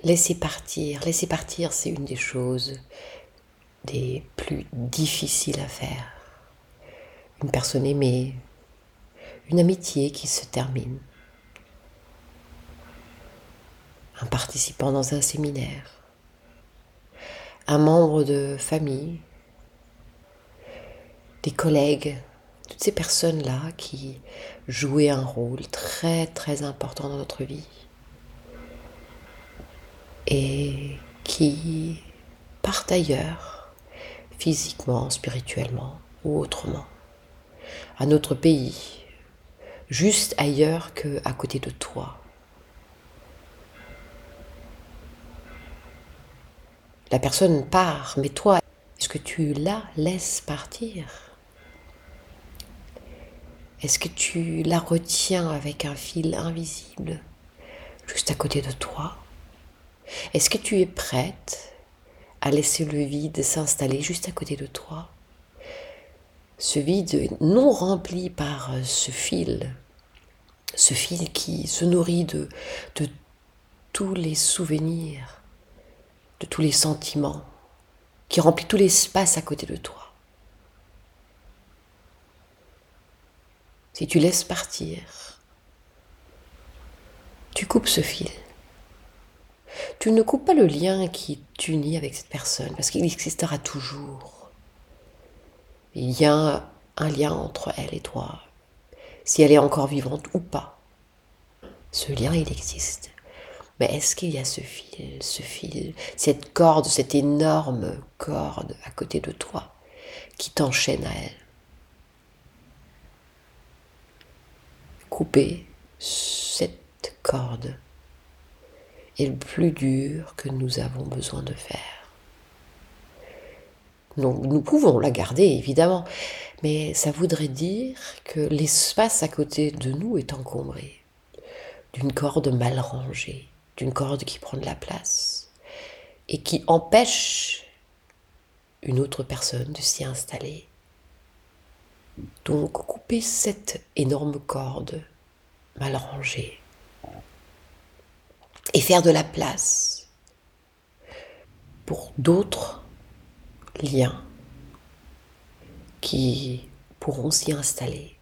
Laisser partir, c'est une des choses des plus difficiles à faire. Une personne aimée, une amitié qui se termine, un participant dans un séminaire, un membre de famille, des collègues, toutes ces personnes-là qui jouaient un rôle très très important dans notre vie et qui partent ailleurs, physiquement, spirituellement ou autrement, à notre pays, juste ailleurs qu'à côté de toi. La personne part, mais toi, est-ce que tu la laisses partir? Est-ce que tu la retiens avec un fil invisible, juste à côté de toi? Est-ce que tu es prête à laisser le vide s'installer juste à côté de toi? Ce vide non rempli par ce fil qui se nourrit de tous les souvenirs, de tous les sentiments, qui remplit tout l'espace à côté de toi. Si tu laisses partir, tu coupes ce fil. Tu ne coupes pas le lien qui t'unit avec cette personne, parce qu'il existera toujours. Il y a un lien entre elle et toi, si elle est encore vivante ou pas. Ce lien, il existe. Mais est-ce qu'il y a ce fil, cette corde, cette énorme corde à côté de toi qui t'enchaîne à elle? Couper cette corde est le plus dur que nous avons besoin de faire. Donc, nous pouvons la garder, évidemment, mais ça voudrait dire que l'espace à côté de nous est encombré d'une corde mal rangée, d'une corde qui prend de la place et qui empêche une autre personne de s'y installer. Donc, couper cette énorme corde mal rangée et faire de la place pour d'autres liens qui pourront s'y installer.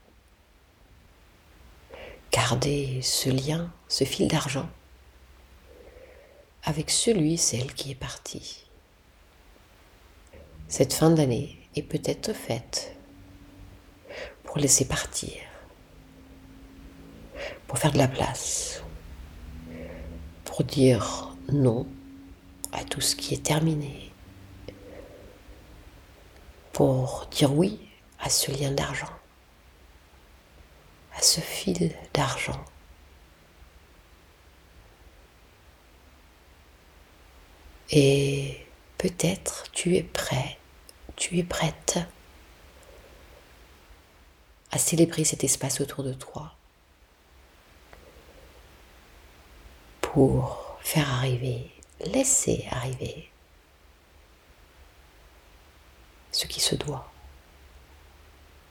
Garder ce lien, ce fil d'argent, avec celle qui est parti. Cette fin d'année est peut-être faite pour laisser partir, pour faire de la place, pour dire non à tout ce qui est terminé, pour dire oui à ce lien d'argent, à ce fil d'argent. Et peut-être tu es prêt, tu es prête à célébrer cet espace autour de toi pour faire arriver, laisser arriver ce qui se doit,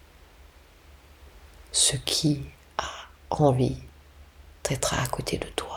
ce qui a envie d'être à côté de toi.